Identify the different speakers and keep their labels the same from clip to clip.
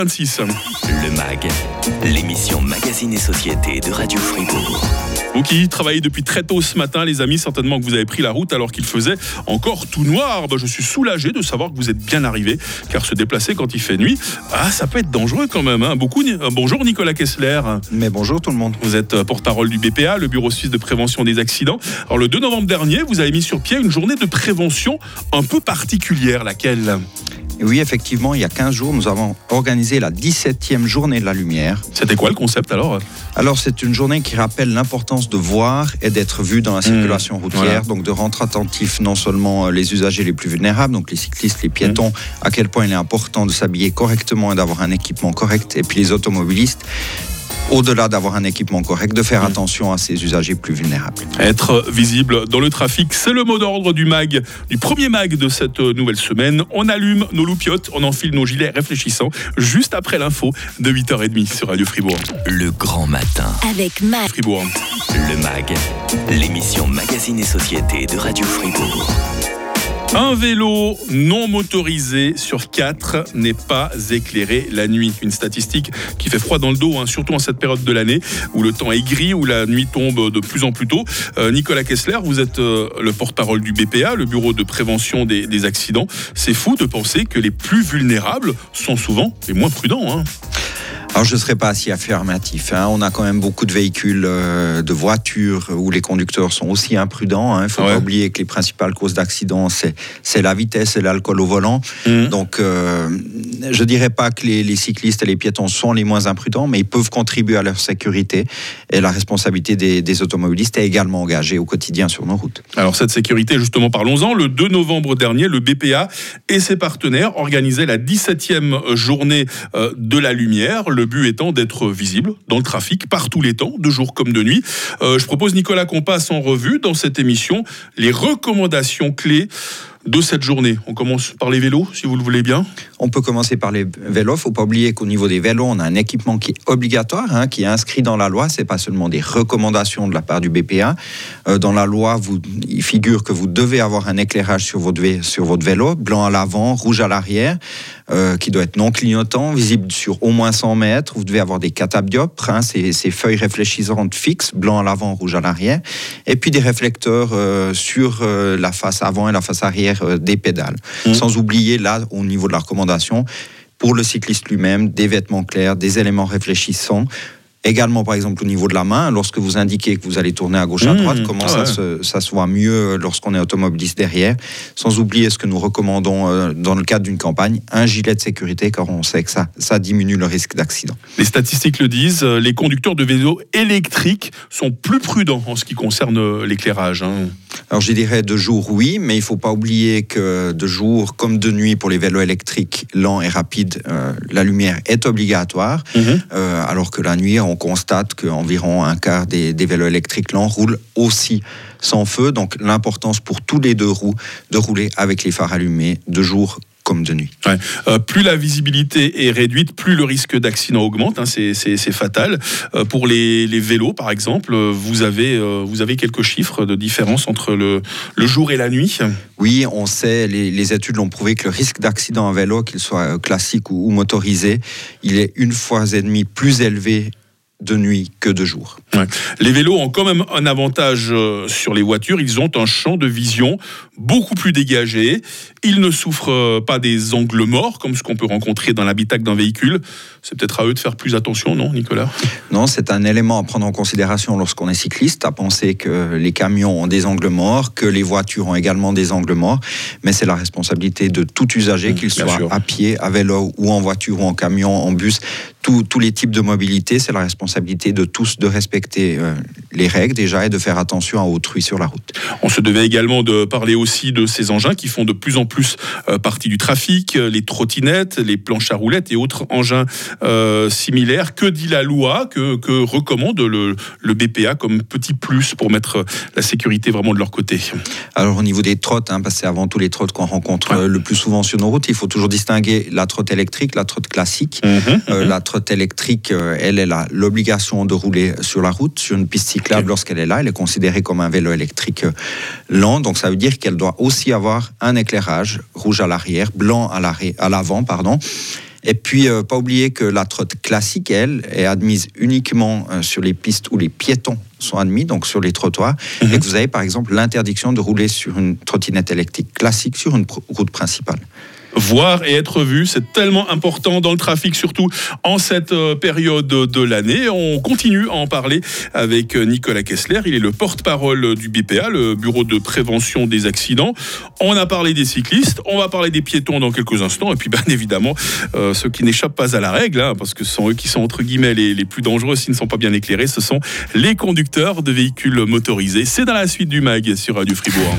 Speaker 1: 26.
Speaker 2: Le MAG, l'émission Magazine et Société de Radio Fribourg.
Speaker 1: Vous qui travaillez depuis très tôt ce matin, les amis, certainement que vous avez pris la route alors qu'il faisait encore tout noir. Je suis soulagé de savoir que vous êtes bien arrivés, car se déplacer quand il fait nuit, ça peut être dangereux quand même. Bonjour Nicolas Kessler.
Speaker 3: Mais bonjour tout le monde.
Speaker 1: Vous êtes porte-parole du BPA, le Bureau suisse de prévention des accidents. Alors le 2 novembre dernier, vous avez mis sur pied une journée de prévention un peu particulière, laquelle ?
Speaker 3: Oui, effectivement, il y a 15 jours, nous avons organisé la 17e journée de la lumière.
Speaker 1: C'était quoi le concept alors ?
Speaker 3: Alors, c'est une journée qui rappelle l'importance de voir et d'être vu dans la circulation routière,
Speaker 1: voilà.
Speaker 3: Donc de rendre attentif non seulement les usagers les plus vulnérables, donc les cyclistes, les piétons, à quel point il est important de s'habiller correctement et d'avoir un équipement correct, et puis les automobilistes, au-delà d'avoir un équipement correct, de faire attention à ces usagers plus vulnérables.
Speaker 1: Être visible dans le trafic, c'est le mot d'ordre du MAG, du premier MAG de cette nouvelle semaine. On allume nos loupiottes, on enfile nos gilets réfléchissants, juste après l'info de 8h30 sur Radio Fribourg.
Speaker 2: Le grand matin.
Speaker 4: Avec MAG.
Speaker 1: Fribourg.
Speaker 2: Le MAG, l'émission Magazine et Société de Radio Fribourg.
Speaker 1: Un vélo non motorisé sur 4 n'est pas éclairé la nuit. Une statistique qui fait froid dans le dos, surtout en cette période de l'année où le temps est gris, où la nuit tombe de plus en plus tôt. Nicolas Kessler, vous êtes le porte-parole du BPA, le Bureau de prévention des accidents. C'est fou de penser que les plus vulnérables sont souvent les moins prudents.
Speaker 3: Alors je ne serais pas si affirmatif. On a quand même beaucoup de véhicules, de voitures où les conducteurs sont aussi imprudents. Il ne faut pas oublier que les principales causes d'accidents, c'est la vitesse et l'alcool au volant. Donc je ne dirais pas que les cyclistes et les piétons sont les moins imprudents, mais ils peuvent contribuer à leur sécurité. Et la responsabilité des automobilistes est également engagée au quotidien sur nos routes.
Speaker 1: Alors cette sécurité, justement, parlons-en. Le 2 novembre dernier, le BPA et ses partenaires organisaient la 17e journée de la lumière. Le but étant d'être visible dans le trafic par tous les temps, de jour comme de nuit. Je propose, Nicolas, qu'on passe en revue dans cette émission les recommandations clés de cette journée. On commence par les vélos, si vous le voulez bien.
Speaker 3: On peut commencer par les vélos. Il ne faut pas oublier qu'au niveau des vélos, on a un équipement qui est obligatoire, qui est inscrit dans la loi. Ce n'est pas seulement des recommandations de la part du BPA. Dans la loi, il figure que vous devez avoir un éclairage sur votre vélo, blanc à l'avant, rouge à l'arrière, qui doit être non clignotant, visible sur au moins 100 mètres. Vous devez avoir des catabiopes, ces feuilles réfléchissantes fixes, blanc à l'avant, rouge à l'arrière, et puis des réflecteurs sur la face avant et la face arrière des pédales. Sans oublier, là, au niveau de la recommandation, pour le cycliste lui-même, des vêtements clairs, des éléments réfléchissants. Également, par exemple, au niveau de la main, lorsque vous indiquez que vous allez tourner à gauche, à droite, comment ça se voit mieux lorsqu'on est automobiliste derrière. Sans oublier ce que nous recommandons dans le cadre d'une campagne, un gilet de sécurité, car on sait que ça diminue le risque d'accident.
Speaker 1: Les statistiques le disent, les conducteurs de vélos électriques sont plus prudents en ce qui concerne l'éclairage.
Speaker 3: Alors je dirais de jour, oui, mais il ne faut pas oublier que de jour comme de nuit, pour les vélos électriques lents et rapides, la lumière est obligatoire, alors que la nuit, on constate qu'environ un quart des vélos électriques lents roulent aussi sans feu. Donc l'importance pour tous les deux roues de rouler avec les phares allumés de jour comme de nuit.
Speaker 1: Plus la visibilité est réduite, plus le risque d'accident augmente. C'est fatal. Pour les vélos, par exemple, vous avez quelques chiffres de différence entre le jour et la nuit.
Speaker 3: Oui, on sait, les études l'ont prouvé, que le risque d'accident en vélo, qu'il soit classique ou motorisé, il est 1,5 fois plus élevé de nuit que de jour.
Speaker 1: Les vélos ont quand même un avantage sur les voitures. Ils ont un champ de vision beaucoup plus dégagé. Ils ne souffrent pas des angles morts, comme ce qu'on peut rencontrer dans l'habitacle d'un véhicule. C'est peut-être à eux de faire plus attention, non, Nicolas ?
Speaker 3: Non, c'est un élément à prendre en considération lorsqu'on est cycliste, à penser que les camions ont des angles morts, que les voitures ont également des angles morts, mais c'est la responsabilité de tout usager, qu'il soit à pied, à vélo, ou en voiture, ou en camion, en bus, tous les types de mobilité. C'est la responsabilité de tous de respecter les règles déjà et de faire attention à autrui sur la route.
Speaker 1: On se devait également de parler aussi de ces engins qui font de plus en plus partie du trafic, les trottinettes, les planches à roulettes et autres engins similaires. Que dit la loi, que recommande le BPA comme petit plus pour mettre la sécurité vraiment de leur côté ?
Speaker 3: Alors au niveau des trottes, parce que c'est avant tout les trottes qu'on rencontre le plus souvent sur nos routes, il faut toujours distinguer la trotte électrique, la trotte classique. La trotte électrique, elle a l'obligation de rouler sur la route, sur une piste cyclable. Lorsqu'elle est là, elle est considérée comme un vélo électrique lent, donc ça veut dire qu'elle doit aussi avoir un éclairage rouge à l'arrière, blanc à l'avant, Et puis, pas oublier que la trotte classique, elle, est admise uniquement sur les pistes où les piétons sont admis, donc sur les trottoirs, et que vous avez par exemple l'interdiction de rouler sur une trottinette électrique classique sur une route principale.
Speaker 1: Voir et être vu, c'est tellement important dans le trafic, surtout en cette période de l'année. On continue à en parler avec Nicolas Kessler. Il est le porte-parole du BPA, le Bureau de prévention des accidents. On a parlé des cyclistes, on va parler des piétons dans quelques instants, et puis bien évidemment ceux qui n'échappent pas à la règle, hein, parce que ce sont eux qui sont entre guillemets les plus dangereux s'ils ne sont pas bien éclairés, ce sont les conducteurs de véhicules motorisés. C'est dans la suite du MAG sur Radio Fribourg.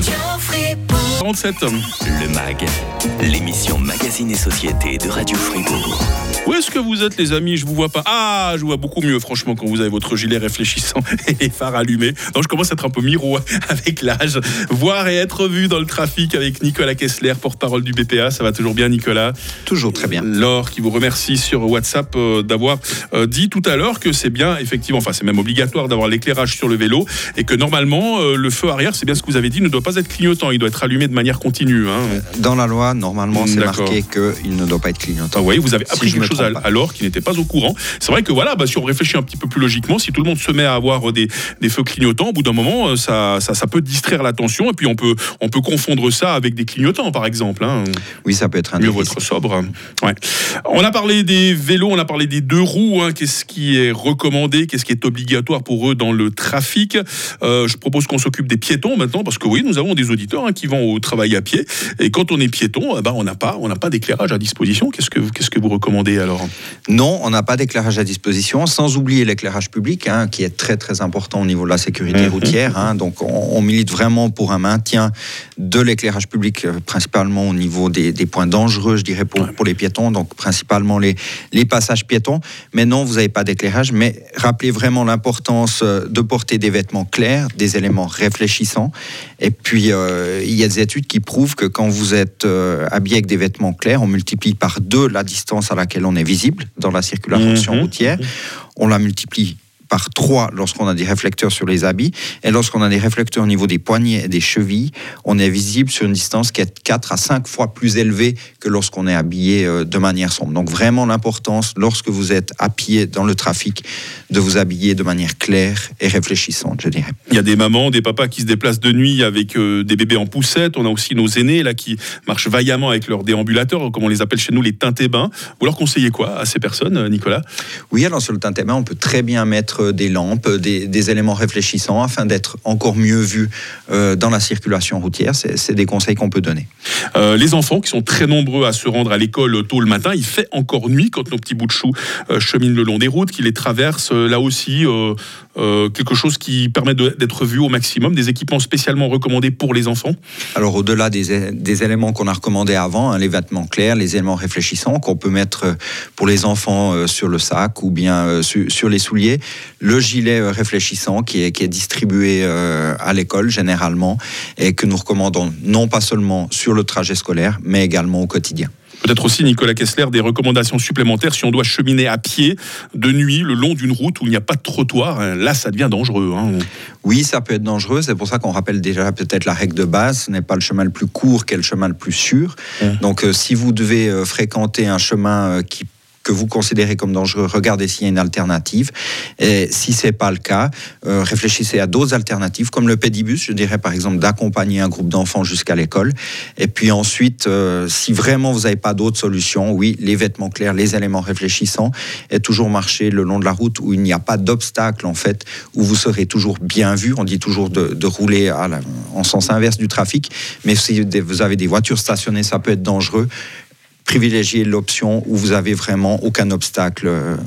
Speaker 1: 37.
Speaker 2: Le MAG, l'émission Magazine et Société de Radio Fribourg.
Speaker 1: Où est-ce que vous êtes, les amis? Je vous vois pas. Ah, je vois beaucoup mieux, franchement, quand vous avez votre gilet réfléchissant et les phares allumés. Donc, je commence à être un peu miro avec l'âge. Voir et être vu dans le trafic avec Nicolas Kessler, porte-parole du BPA. Ça va toujours bien, Nicolas?
Speaker 3: Toujours très bien.
Speaker 1: Laure, qui vous remercie sur WhatsApp d'avoir dit tout à l'heure que c'est bien, effectivement, enfin, c'est même obligatoire d'avoir l'éclairage sur le vélo et que normalement, le feu arrière, c'est bien ce que vous avez dit, ne doit pas être clignotant. Il doit être allumé de manière continue. Hein.
Speaker 3: Dans la loi, normalement, c'est marqué qu'il ne doit pas être clignotant.
Speaker 1: Ah oui, vous avez appris quelque chose alors qui n'était pas au courant. C'est vrai que voilà, si on réfléchit un petit peu plus logiquement, si tout le monde se met à avoir des feux clignotants, au bout d'un moment, ça peut distraire l'attention et puis on peut confondre ça avec des clignotants, par exemple. Hein.
Speaker 3: Oui, ça peut être un
Speaker 1: mieux vaut être sobre. Ouais. On a parlé des vélos, on a parlé des deux roues. Hein. Qu'est-ce qui est recommandé, qu'est-ce qui est obligatoire pour eux dans le trafic? Je propose qu'on s'occupe des piétons maintenant, parce que oui, nous avons des auditeurs qui vont au travail à pied. Et quand on est piéton, on n'a pas d'éclairage à disposition. Qu'est-ce que vous recommandez alors?
Speaker 3: Non, on n'a pas d'éclairage à disposition, sans oublier l'éclairage public, qui est très très important au niveau de la sécurité routière. Donc on milite vraiment pour un maintien de l'éclairage public, principalement au niveau des points dangereux, je dirais, pour les piétons, donc principalement les passages piétons. Mais non, vous n'avez pas d'éclairage, mais rappelez vraiment l'importance de porter des vêtements clairs, des éléments réfléchissants. Et puis, il y a des études qui prouvent que quand vous êtes habillé avec des vêtements clairs, on multiplie par 2 la distance à laquelle on est visible dans la circulation routière. On la multiplie par 3 lorsqu'on a des réflecteurs sur les habits, et lorsqu'on a des réflecteurs au niveau des poignets et des chevilles, on est visible sur une distance qui est 4 à 5 fois plus élevée que lorsqu'on est habillé de manière sombre. Donc vraiment l'importance, lorsque vous êtes à pied dans le trafic, de vous habiller de manière claire et réfléchissante, je dirais.
Speaker 1: Il y a des mamans, des papas qui se déplacent de nuit avec des bébés en poussette. On a aussi nos aînés là qui marchent vaillamment avec leurs déambulateurs, comme on les appelle chez nous, les teintés-bains. Vous leur conseillez quoi à ces personnes, Nicolas? Oui,
Speaker 3: alors sur le teinté-bain, on peut très bien mettre des lampes, des éléments réfléchissants afin d'être encore mieux vu dans la circulation routière. C'est des conseils qu'on peut donner.
Speaker 1: Les enfants qui sont très nombreux à se rendre à l'école tôt le matin, il fait encore nuit quand nos petits bouts de chou cheminent le long des routes, qui les traversent. Là aussi, quelque chose qui permet d'être vu au maximum, des équipements spécialement recommandés pour les enfants?
Speaker 3: Alors au-delà des éléments qu'on a recommandés avant, les vêtements clairs, les éléments réfléchissants qu'on peut mettre pour les enfants sur le sac ou bien sur les souliers, le gilet réfléchissant qui est distribué à l'école généralement et que nous recommandons non pas seulement sur le trajet scolaire mais également au quotidien.
Speaker 1: Peut-être aussi, Nicolas Kessler, des recommandations supplémentaires si on doit cheminer à pied de nuit le long d'une route où il n'y a pas de trottoir. Là, ça devient dangereux.
Speaker 3: Oui, ça peut être dangereux. C'est pour ça qu'on rappelle déjà peut-être la règle de base. Ce n'est pas le chemin le plus court qu'est le chemin le plus sûr. Donc, si vous devez fréquenter un chemin que vous considérez comme dangereux, regardez s'il y a une alternative. Et si ce n'est pas le cas, réfléchissez à d'autres alternatives, comme le pédibus, je dirais par exemple d'accompagner un groupe d'enfants jusqu'à l'école. Et puis ensuite, si vraiment vous n'avez pas d'autres solutions, oui, les vêtements clairs, les éléments réfléchissants, et toujours marcher le long de la route où il n'y a pas d'obstacle, en fait, où vous serez toujours bien vu. On dit toujours de rouler en sens inverse du trafic, mais si vous avez des voitures stationnées, ça peut être dangereux. Privilégiez l'option où vous avez vraiment aucun obstacle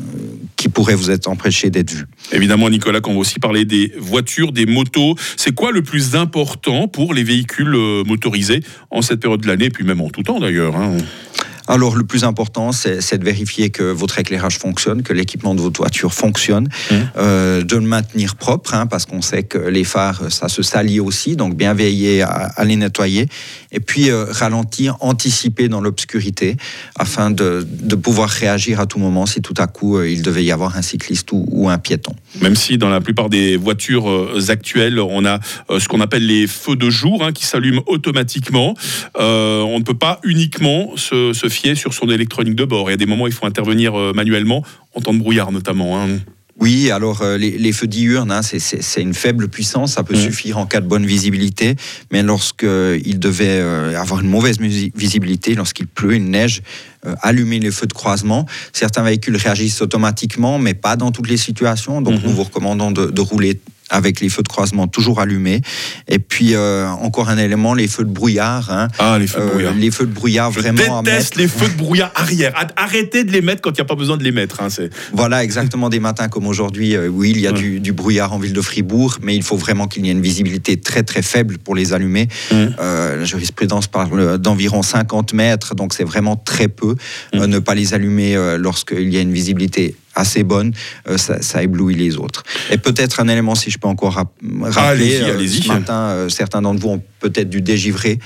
Speaker 3: qui pourrait vous être empêché d'être vu.
Speaker 1: Évidemment, Nicolas, quand on va aussi parler des voitures, des motos, c'est quoi le plus important pour les véhicules motorisés en cette période de l'année, et puis même en tout temps d'ailleurs,
Speaker 3: Alors, le plus important, c'est de vérifier que votre éclairage fonctionne, que l'équipement de votre voiture fonctionne, de le maintenir propre, parce qu'on sait que les phares, ça se salit aussi, donc bien veiller à les nettoyer, et puis ralentir, anticiper dans l'obscurité, afin de pouvoir réagir à tout moment si tout à coup il devait y avoir un cycliste ou un piéton.
Speaker 1: Même si dans la plupart des voitures actuelles, on a ce qu'on appelle les feux de jour qui s'allument automatiquement, on ne peut pas uniquement se fier sur son électronique de bord. Il y a des moments où il faut intervenir manuellement, en temps de brouillard notamment.
Speaker 3: Oui, alors les feux diurnes, c'est une faible puissance, ça peut suffire en cas de bonne visibilité, mais lorsqu'il devait avoir une mauvaise visibilité, lorsqu'il pleut, il neige, allumer les feux de croisement. Certains véhicules réagissent automatiquement, mais pas dans toutes les situations, donc nous vous recommandons de rouler avec les feux de croisement toujours allumés. Et puis, encore un élément, les feux de brouillard.
Speaker 1: Les feux de brouillard.
Speaker 3: Les feux de brouillard, vraiment.
Speaker 1: Je déteste les feux de brouillard arrière. Arrêtez de les mettre quand il n'y a pas besoin de les mettre.
Speaker 3: Voilà, exactement, des matins comme aujourd'hui, oui, il y a du brouillard en ville de Fribourg, mais il faut vraiment qu'il y ait une visibilité très, très faible pour les allumer. La jurisprudence parle d'environ 50 mètres, donc c'est vraiment très peu. Ne pas les allumer lorsqu'il y a une visibilité assez bonne, ça éblouit les autres. Et peut-être un élément, si je peux encore rappeler,
Speaker 1: allez-y.
Speaker 3: Ce matin, certains d'entre vous ont peut-être dû dégivrer,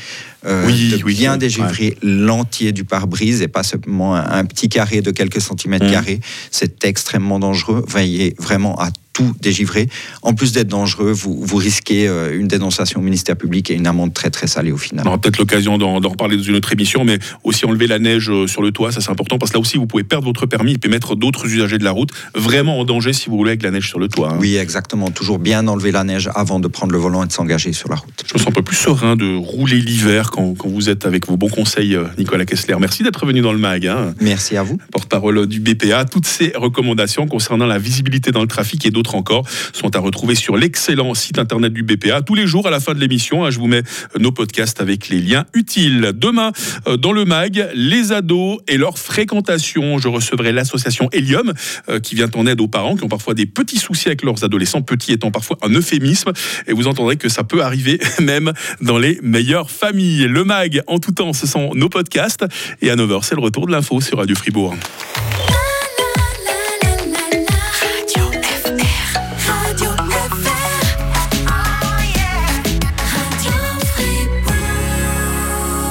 Speaker 3: bien dégivrer l'entier du pare-brise et pas seulement un petit carré de quelques centimètres carrés. C'est extrêmement dangereux. Veillez vraiment à tout dégivrer. En plus d'être dangereux, vous risquez une dénonciation au ministère public et une amende très très salée au final.
Speaker 1: On aura peut-être l'occasion d'en reparler dans une autre émission, mais aussi enlever la neige sur le toit, ça c'est important, parce que là aussi vous pouvez perdre votre permis et puis mettre d'autres usagers de la route vraiment en danger si vous roulez avec la neige sur le toit.
Speaker 3: Oui, exactement. Toujours bien enlever la neige avant de prendre le volant et de s'engager sur la route.
Speaker 1: Je me sens un peu plus serein de rouler l'hiver quand vous êtes avec vos bons conseils, Nicolas Kessler. Merci d'être venu dans le MAG.
Speaker 3: Merci à vous.
Speaker 1: Porte-parole du BPA. Toutes ces recommandations concernant la visibilité dans le trafic et d'autres encore sont à retrouver sur l'excellent site internet du BPA. Tous les jours à la fin de l'émission, je vous mets nos podcasts avec les liens utiles. Demain, dans le MAG, les ados et leur fréquentation. Je recevrai l'association Helium qui vient en aide aux parents qui ont parfois des petits soucis avec leurs adolescents, petits étant parfois un euphémisme. Et vous entendrez que ça peut arriver même dans les meilleures familles. Le MAG, en tout temps, ce sont nos podcasts. Et à 9h, c'est le retour de l'info sur Radio Fribourg.